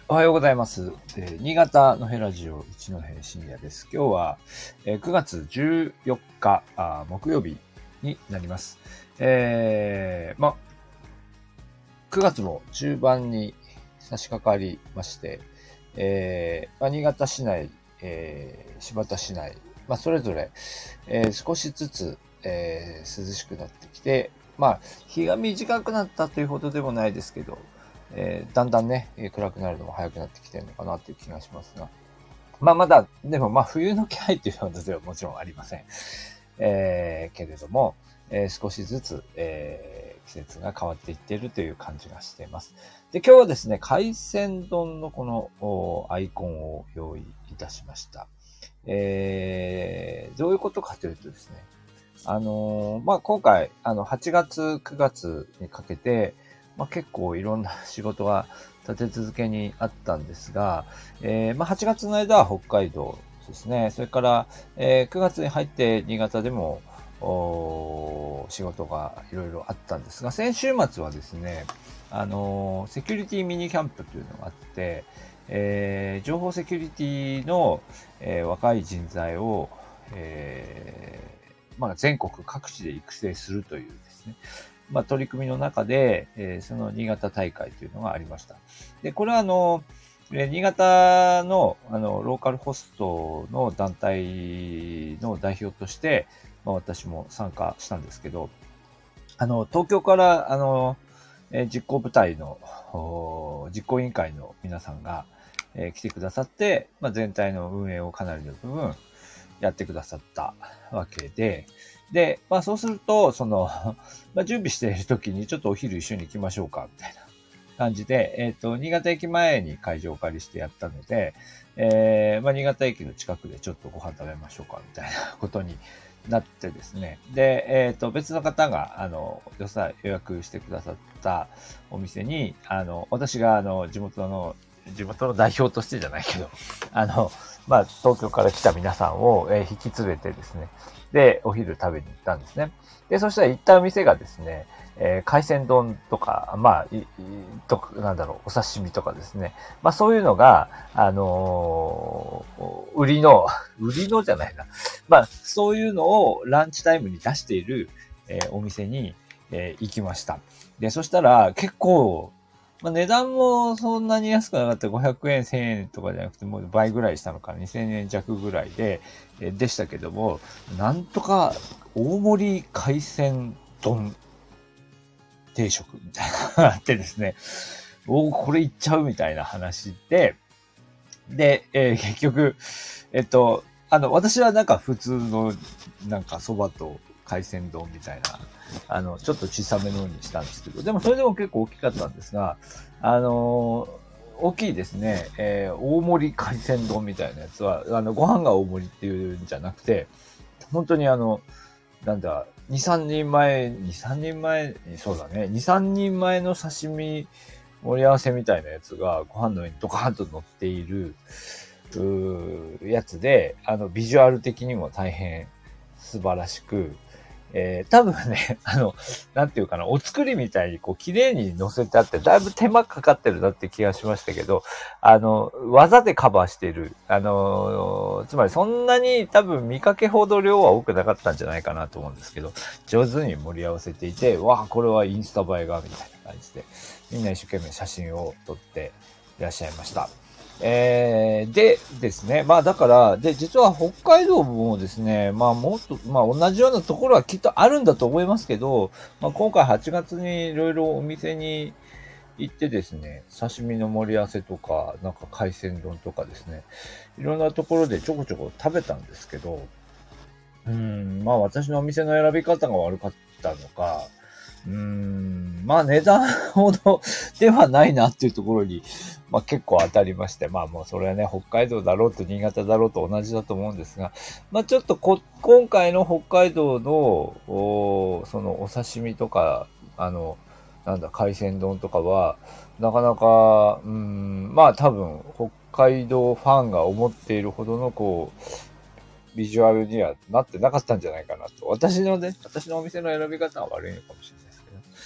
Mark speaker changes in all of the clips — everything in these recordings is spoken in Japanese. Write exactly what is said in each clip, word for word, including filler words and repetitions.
Speaker 1: おはようございます。えー新潟のヘラジオ一戸深夜です。今日は、えーくがつじゅうよっかあ木曜日になります。えー、ま、くがつも中盤に差し掛かりまして、えーまあ、新潟市内、えー、新発田市内、まあ、それぞれ、えー少しずつ、えー涼しくなってきて、まあ、日が短くなったというほどでもないですけど、えーだんだんね、えー暗くなるのも早くなってきてるのかなっていう気がしますが。まあまだ、でもまあ冬の気配というほどではもちろんありません。えーけれども、えー少しずつ、えー季節が変わっていっているという感じがしています。で、今日はですね、海鮮丼のこのおアイコンを用意いたしました。えーどういうことかというとですね、あのーまあ、今回、あの、はちがつ、くがつにかけて、まあ、結構いろんな仕事が立て続けにあったんですが、えーまあ、はちがつの間は北海道ですね。それから、えーくがつに入って新潟でも、お仕事がいろいろあったんですが、先週末はですね、あのーセキュリティミニキャンプというのがあって、えー情報セキュリティの、えー若い人材を、えーまあ、全国各地で育成するというですね、まあ、取り組みの中で、えーその新潟大会というのがありました。で、これはあの、えー新潟のあのローカルホストの団体の代表として、まあ、私も参加したんですけど、あの、東京からあの、えー実行部隊のお実行委員会の皆さんが、えー来てくださって、まあ、全体の運営をかなりの部分やってくださったわけで、で、まあそうすると、その、まあ準備している時にちょっとお昼一緒に行きましょうか、みたいな感じで、えっ、と、新潟駅前に会場をお借りしてやったので、えー、まあ新潟駅の近くでちょっとご飯食べましょうか、みたいなことになってですね。で、えっ、と、別の方が、あの、予算予約してくださったお店に、あの、私が、あの、地元の、地元の代表としてじゃないけど、あの、まあ、東京から来た皆さんを、えー引き連れてですね、で、お昼食べに行ったんですね。で、そしたら行ったお店がですね、えー海鮮丼とか、まあ、いいとなんだろう、お刺身とかですね。まあ、そういうのが、あのー売りの、売りのじゃないな。まあ、そういうのをランチタイムに出している、えーお店に、えー行きました。で、そしたら結構、まあ、値段もそんなに安くなかった。ごひゃくえん、せんえんとかじゃなくて、もう倍ぐらいしたのかな。にせんえん弱ぐらいで、えーでしたけども、なんとか大盛り海鮮丼定食みたいなのがあってですね、おーこれいっちゃうみたいな話で、で、えー結局、えっと、あの、私はなんか普通の、なんか蕎麦と海鮮丼みたいな、あの、ちょっと小さめのにしたんですけど、でもそれでも結構大きかったんですが、あのー大きいですね、えー大盛り海鮮丼みたいなやつは、あの、ご飯が大盛りっていうんじゃなくて、本当にあの、なんだ、に、さんにんまえ、に、さんにんまえ、そうだね、に、さんにんまえの刺身盛り合わせみたいなやつがご飯の上にドカーンと乗っている、うーやつで、あの、ビジュアル的にも大変素晴らしく、えー、多分ね、あの、なんていうかな、お作りみたいにこう、綺麗に乗せてあって、だいぶ手間かかってるなって気がしましたけど、あの、技でカバーしている。あの、つまりそんなに多分見かけほど量は多くなかったんじゃないかなと思うんですけど、上手に盛り合わせていて、わあ、これはインスタ映えが、みたいな感じで、みんな一生懸命写真を撮っていらっしゃいました。えー、でですね、まあだから、で、実は北海道もですね、まあもっと、まあ同じようなところはきっとあるんだと思いますけど、まあ今回はちがつにいろいろお店に行ってですね、刺身の盛り合わせとか、なんか海鮮丼とかですね、いろんなところでちょこちょこ食べたんですけど、うーん、まあ私のお店の選び方が悪かったのか、うーん、まあ値段ほどではないなっていうところに、まあ結構当たりまして、まあもうそれはね、北海道だろうと新潟だろうと同じだと思うんですが、まあちょっとこ、今回の北海道の、おそのお刺身とか、あの、なんだ、海鮮丼とかは、なかなか、うん、まあ多分、北海道ファンが思っているほどの、こう、ビジュアルにはなってなかったんじゃないかなと。私のね、私のお店の選び方は悪いのかもしれないですけど。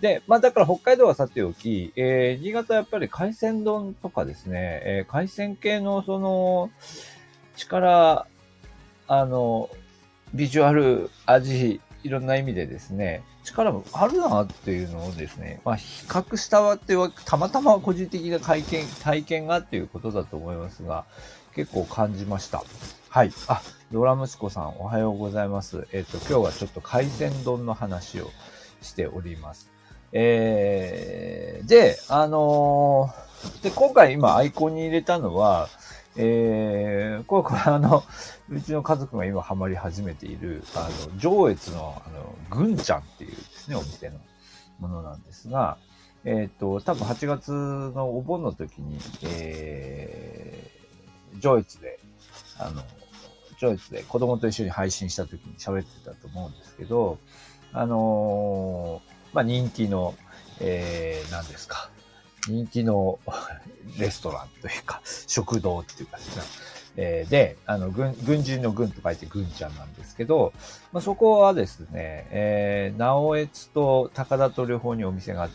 Speaker 1: で、まあだから北海道はさておき、えー、新潟はやっぱり海鮮丼とかですね、えー、海鮮系のその、力、あの、ビジュアル、味、いろんな意味でですね、力もあるなっていうのをですね、まあ比較したわっては、たまたま個人的な体験、体験がっていうことだと思いますが、結構感じました。はい。あ、ドラ息子さんおはようございます。えっと、今日はちょっと海鮮丼の話をしております。えー、で、あのー、で、今回今アイコンに入れたのは、えー、これ、これあの、うちの家族が今ハマり始めている、あの、上越の、あの、ぐんちゃんっていうですね、お店のものなんですが、えっと、多分はちがつのお盆の時に、えー、上越で、あの、上越で子供と一緒に配信した時に喋ってたと思うんですけど、あのー、まあ、人気の、えー、何ですか。人気のレストランというか、食堂っていうかですね。えー、で、あの、軍、軍人の軍と書いて軍ちゃんなんですけど、まあ、そこはですね、えー、直江津と高田と両方にお店があって、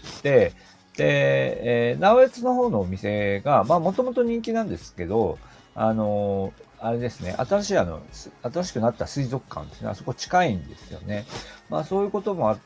Speaker 1: で、えー、直江津の方のお店が、まあ、もともと人気なんですけど、あのー、あれですね、新しいあの、新しくなった水族館ですね、あそこ近いんですよね。まあそういうこともあって、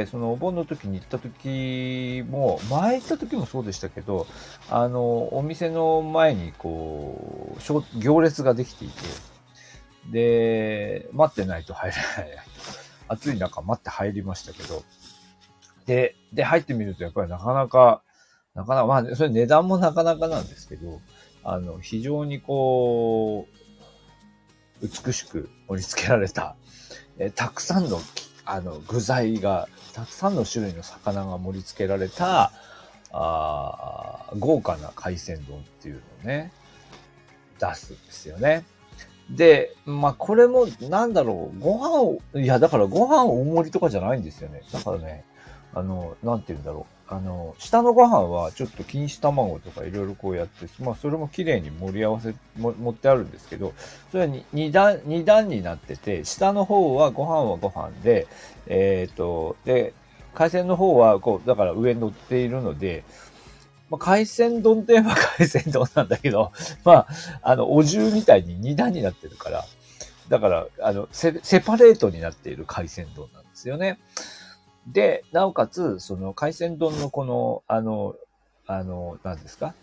Speaker 1: そのお盆の時に行った時も、前行った時もそうでしたけど、あの、お店の前にこう、行列ができていて、で、待ってないと入れない。暑い中待って入りましたけど、で、で、入ってみるとやっぱりなかなか、なかなか、まあ、それ値段もなかなかなんですけど、あの、非常にこう、美しく盛り付けられた、えたくさんの、あの、具材が、たくさんの種類の魚が盛り付けられた、あ豪華な海鮮丼っていうのをね、出すんですよね。で、まあ、これも、なんだろう、ご飯を、いや、だからご飯大盛りとかじゃないんですよね。だからね、あの、なんて言うんだろう。あの、下のご飯はちょっと錦糸卵とかいろいろこうやって、まあ、それも綺麗に盛り合わせ、も持ってあるんですけど、それはに二段、二段になってて、下の方はご飯はご飯で、えっと、で、海鮮の方は、こう、だから上に乗っているので、まあ、海鮮丼といえば海鮮丼なんだけど、まあ、あの、お重みたいに二段になってるから、だから、あの、セ、セパレートになっている海鮮丼なんですよね。で、なおかつ、その海鮮丼のこの、あの、あの、何ですか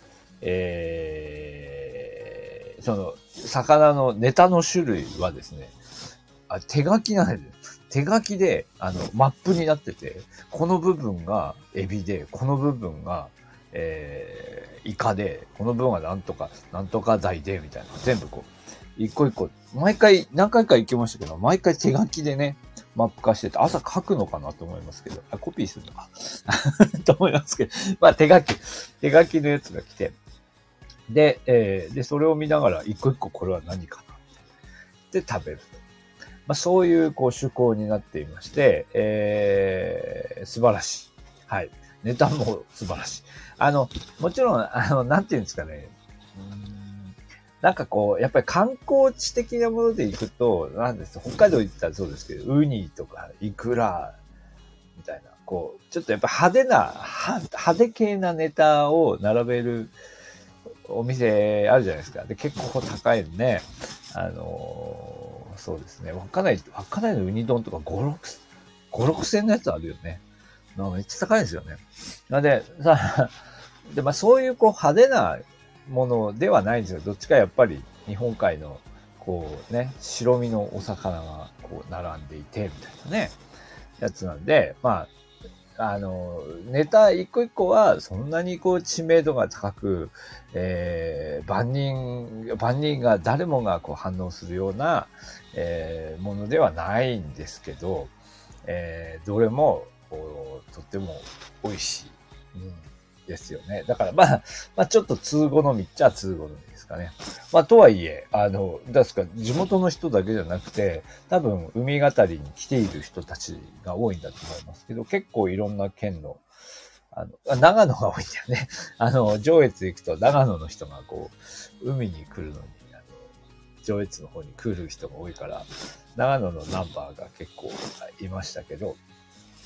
Speaker 1: えー、その、魚のネタの種類はですね、あ手書きなんです。手書きで、あの、マップになってて、この部分がエビで、この部分が、えー、イカで、この部分はなんとか、なんとか材で、みたいな。全部こう、一個一個、毎回、何回か行きましたけど、毎回手書きでね、マップ化してて、朝書くのかなと思いますけど、あ、コピーするのかと思いますけど、まあ手書き、手書きのやつが来て、で、えー、で、それを見ながら、一個一個これは何かなって食べる。まあ、そういう、こう、趣向になっていまして、えー、素晴らしい。はい。ネタも素晴らしい。あの、もちろん、あの、なんていうんですかね。うーんなんかこう、やっぱり観光地的なもので行くと、なんです北海道行ったらそうですけど、ウニとかイクラみたいな、こう、ちょっとやっぱ派手な、は派手系なネタを並べるお店あるじゃないですか。で、結構高いのね。あのー、そうですね。稚内、稚内のウニ丼とかご、ろく、ご、ろくせんのやつあるよね。まあめっちゃ高いですよね。なので、さ、で、まあそういうこう派手なものではないんですよ。どっちかやっぱり日本海のこうね、白身のお魚がこう並んでいて、みたいなね、やつなんで、まあ、あの、ネタ一個一個はそんなにこう知名度が高く、えー、万人、万人が誰もがこう反応するような、えー、ものではないんですけど、えー、どれもこうとっても美味しい、うん、ですよね。だからまあ、まあちょっと通好みっちゃ通好みですかね。まあとはいえ、あの、ですか、地元の人だけじゃなくて、多分海語りに来ている人たちが多いんだと思いますけど、結構いろんな県の、あの、長野が多いんだよね。あの、上越行くと長野の人がこう、海に来るのに、あの、上越の方に来る人が多いから、長野のナンバーが結構いましたけど、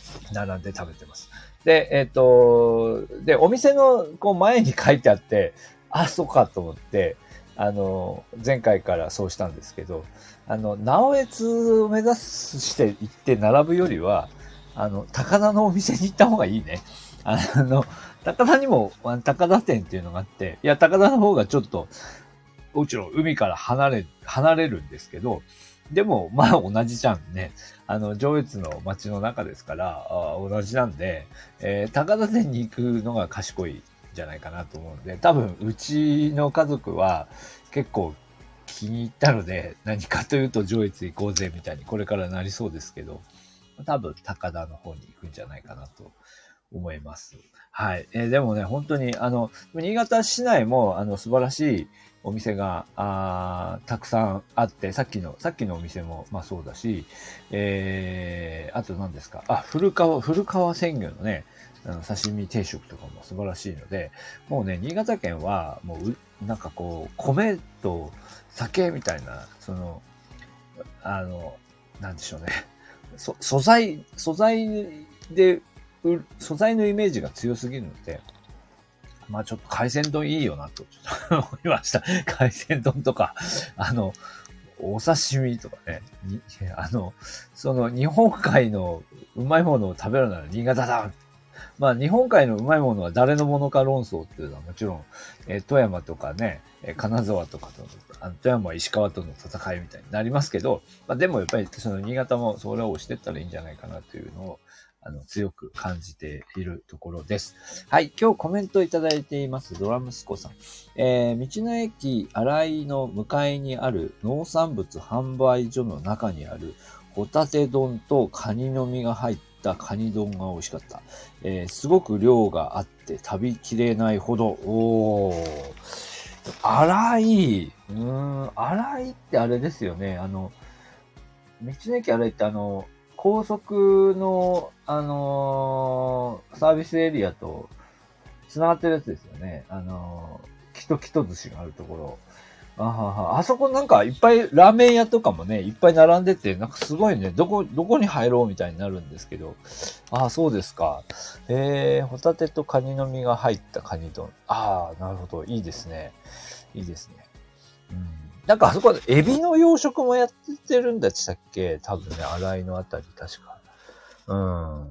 Speaker 1: 並んで食べてます。で、えっと、で、お店のこう前に書いてあって、あ、そうかと思って、あの、前回からそうしたんですけど、あの、直江津を目指して行って並ぶよりは、あの、高田のお店に行った方がいいね。あの、高田にも、高田店っていうのがあって、いや、高田の方がちょっと、もちろん海から離れ、離れるんですけど、でも、まあ同じじゃんね。あの、上越の街の中ですから、あ同じなんで、えー、高田店に行くのが賢いんじゃないかなと思うんで、多分、うちの家族は結構気に入ったので、何かというと上越行こうぜみたいにこれからなりそうですけど、多分、高田の方に行くんじゃないかなと思います。はい。えー、でもね、本当に、あの、新潟市内も、あの、素晴らしいお店が、あたくさんあって、さっきの、さっきのお店も、まあそうだし、えー、あと何ですか、あ、古川、古川鮮魚のね、あの刺身定食とかも素晴らしいので、もうね、新潟県は、もう、なんかこう、米と酒みたいな、その、あの、なんでしょうね。そ素材、素材で、素材のイメージが強すぎるので、まあちょっと海鮮丼いいよなと思いました。海鮮丼とか、あの、お刺身とかね、あの、その日本海のうまいものを食べるなら新潟だ。まあ日本海のうまいものは誰のものか論争っていうのはもちろん、えー、富山とかね、えー、金沢とかと、あの富山石川との戦いみたいになりますけど、まあでもやっぱりその新潟もそれを押していったらいいんじゃないかなというのを、あの、強く感じているところです。はい、今日コメントいただいています、ドラムスコさん。えー、道の駅新井の向かいにある農産物販売所の中にあるホタテ丼とカニの身が入ったカニ丼が美味しかった。えー、すごく量があって食べきれないほど。おー。新井。うーん、新井ってあれですよね。あの、道の駅新井ってあの、高速の、あのー、サービスエリアと繋がってるやつですよね。あのー、キトキト寿司があるところ。あははあそこなんかいっぱいラーメン屋とかもね、いっぱい並んでて、なんかすごいね、どこ、どこに入ろうみたいになるんですけど。ああ、そうですか。えー、ホタテとカニの身が入ったカニ丼。ああ、なるほど。いいですね。いいですね。うん。なんかあそこでエビの養殖もやってるんだっしたっけ？多分ね、新井のあたり確か。うん。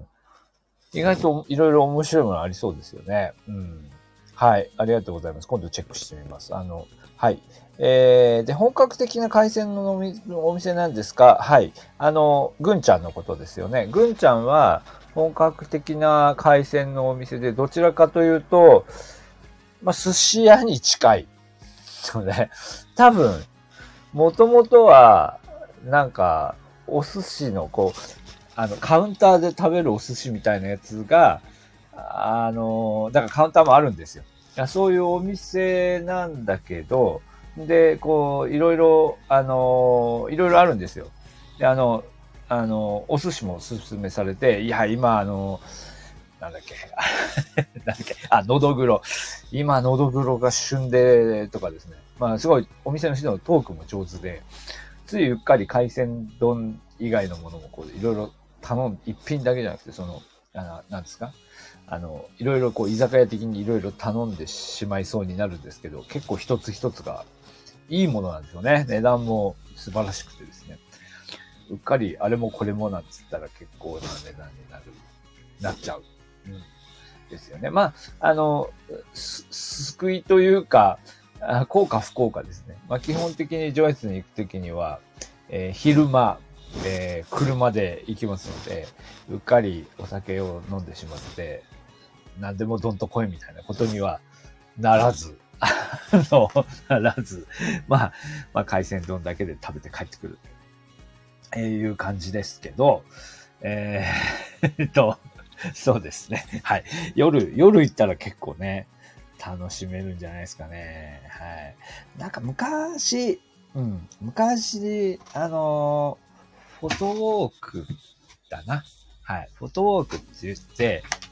Speaker 1: 意外といろいろ面白いものありそうですよね。うん。はい。ありがとうございます。今度チェックしてみます。あの、はい。えー、で、本格的な海鮮のお店なんですか？はい。あの、ぐんちゃんのことですよね。ぐんちゃんは本格的な海鮮のお店で、どちらかというと、まあ、寿司屋に近い。そうね。多分、もともとは、なんか、お寿司の、こう、あの、カウンターで食べるお寿司みたいなやつが、あの、だからカウンターもあるんですよ。いやそういうお店なんだけど、で、こう、いろいろ、あの、いろいろあるんですよ。で、あの、あの、お寿司もおすすめされて、いや、今、あの、なんだっけ、なんだっけ、あ、のどぐろ。今、のどぐろが旬で、とかですね。まあ、すごい、お店の人のトークも上手で、ついうっかり海鮮丼以外のものもこういろいろ頼ん、一品だけじゃなくて、その、あの、なんですかあの、いろいろこう居酒屋的にいろいろ頼んでしまいそうになるんですけど、結構一つ一つがいいものなんですよね。値段も素晴らしくてですね。うっかりあれもこれもなんつったら結構な値段になる、なっちゃう。うん。ですよね。まあ、あの、す、救いというか、あ効果不効果ですね。まあ、基本的に上越に行くときには、えー昼間、えー車で行きますので、うっかりお酒を飲んでしまって、何でもどんと来いみたいなことにはならず、あの、ならず、まあ、まあ、海鮮丼だけで食べて帰ってくる。えーいう感じですけど、えー、えっと、そうですね。はい。夜、夜行ったら結構ね、楽しめるんじゃないですかね。はい。なんか昔、うん、昔、あのーフォトウォークだな。はい。フォトウォークって言って、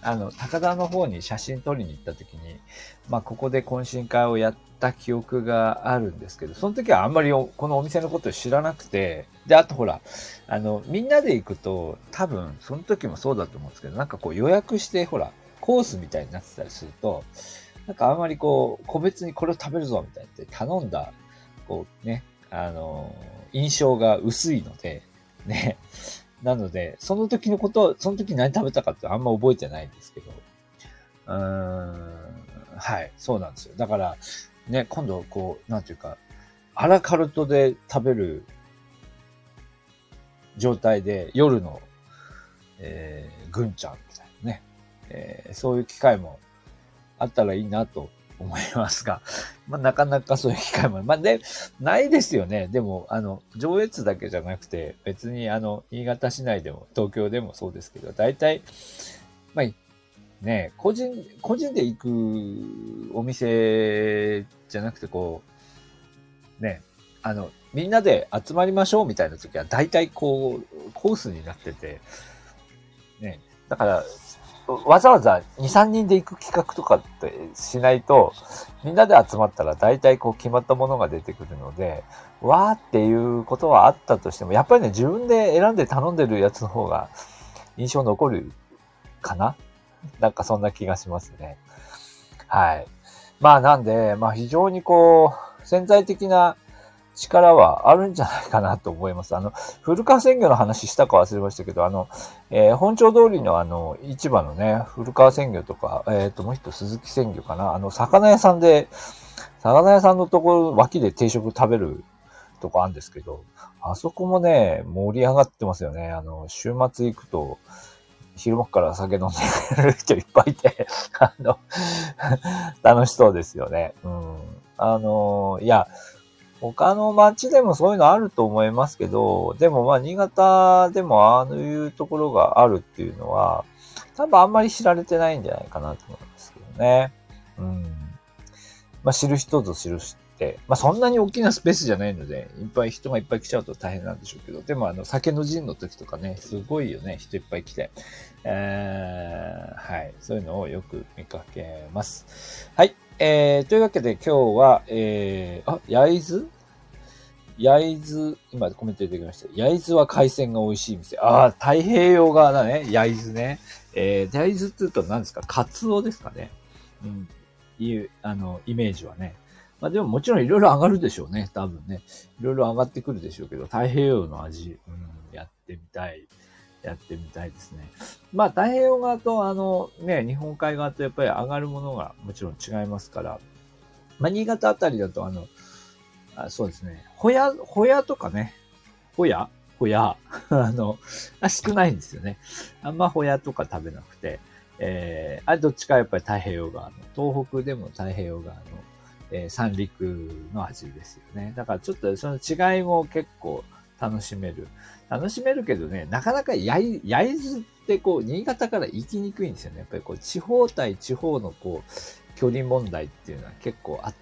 Speaker 1: あの、高田の方に写真撮りに行った時に、まあ、ここで懇親会をやった記憶があるんですけど、その時はあんまりこのお店のことを知らなくて、で、あとほら、あの、みんなで行くと、多分、その時もそうだと思うんですけど、なんかこう予約して、ほら、コースみたいになってたりすると、なんかあんまりこう、個別にこれを食べるぞみたいなって頼んだ、こうね、あの、印象が薄いので、ね。なので、その時のこと、その時何食べたかってあんま覚えてないんですけど、うーん、はい、そうなんですよ。だから、ね、今度、こう、なんていうか、アラカルトで食べる状態で、夜の、えー、ぐんちゃんみたいなね、えー、そういう機会もあったらいいなと思いますが、まあ、なかなかそういう機会も、まあ、で、ないですよね。でも、あの、上越だけじゃなくて、別に、あの、新潟市内でも、東京でもそうですけど、大体、まあ、ね、個人、個人で行くお店じゃなくて、こう、ね、あの、みんなで集まりましょうみたいな時は、大体こう、コースになってて、ね、だから、わざわざに、さんにんで行く企画とかってしないと、みんなで集まったら大体こう決まったものが出てくるので、わーっていうことはあったとしても、やっぱりね、自分で選んで頼んでるやつの方が印象残るかな？なんかそんな気がしますね。はい。まあなんで、まあ非常にこう、潜在的な力はあるんじゃないかなと思います。あの、古川鮮魚の話したか忘れましたけど、あの、えー、本町通りのあの、市場のね、古川鮮魚とか、えっと、もう一つ鈴木鮮魚かな、あの、魚屋さんで、魚屋さんのところ、脇で定食食べるとこあるんですけど、あそこもね、盛り上がってますよね。あの、週末行くと、昼間から酒飲んでる人いっぱいいて、あの、楽しそうですよね。うん。あの、いや、他の町でもそういうのあると思いますけど、でもまあ新潟でもああいうところがあるっていうのは、多分あんまり知られてないんじゃないかなと思いますけどね。うん。まあ知る人ぞ知る人って、まあそんなに大きなスペースじゃないので、いっぱい人がいっぱい来ちゃうと大変なんでしょうけど、でもあの酒の陣の時とかね、すごいよね、人いっぱい来て。えー、はい。そういうのをよく見かけます。はい。えー、というわけで今日は、えー、あ、焼津焼津、今コメント出てきました。焼津は海鮮が美味しい店。ああ、太平洋側だね。焼津ね。えー、焼津って言うと何ですか？カツオですかね。うん。いう、あの、イメージはね。まあでももちろんいろいろ上がるでしょうね。多分ね。いろいろ上がってくるでしょうけど、太平洋の味、うん、やってみたい。やってみたいですね。まあ太平洋側とあのね、日本海側とやっぱり上がるものがもちろん違いますから、まあ新潟あたりだとあの、あそうですね、ホヤ、ホヤとかね、ホヤホヤあの、少ないんですよね。あんまホヤとか食べなくて、えー、あれどっちかやっぱり太平洋側の、東北でも太平洋側の、えー、三陸の味ですよね。だからちょっとその違いも結構楽しめる。楽しめるけどね、なかなか焼焼津ってこう、新潟から行きにくいんですよね。やっぱりこう、地方対地方のこう、距離問題っていうのは結構あって、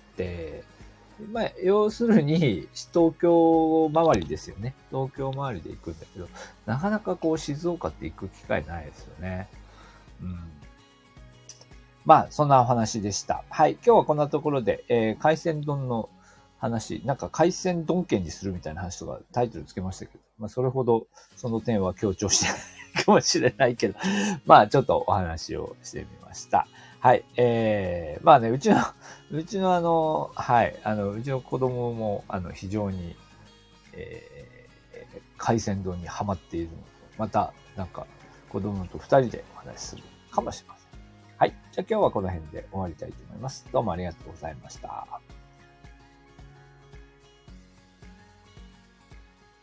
Speaker 1: まあ、要するに、東京周りですよね。東京周りで行くんだけど、なかなかこう、静岡って行く機会ないですよね。うん。まあ、そんなお話でした。はい。今日はこんなところで、えー、海鮮丼の話、なんか海鮮丼県にするみたいな話とかタイトルつけましたけど、まあ、それほどその点は強調してないかもしれないけど、まあ、ちょっとお話をしてみました。はい。えー、まあね、うちの、うちのあの、はい、あの、うちの子供も、あの、非常に、えー、海鮮丼にハマっているのと、また、なんか、子供と二人でお話しするかもしれません。はい。じゃあ今日はこの辺で終わりたいと思います。どうもありがとうございました。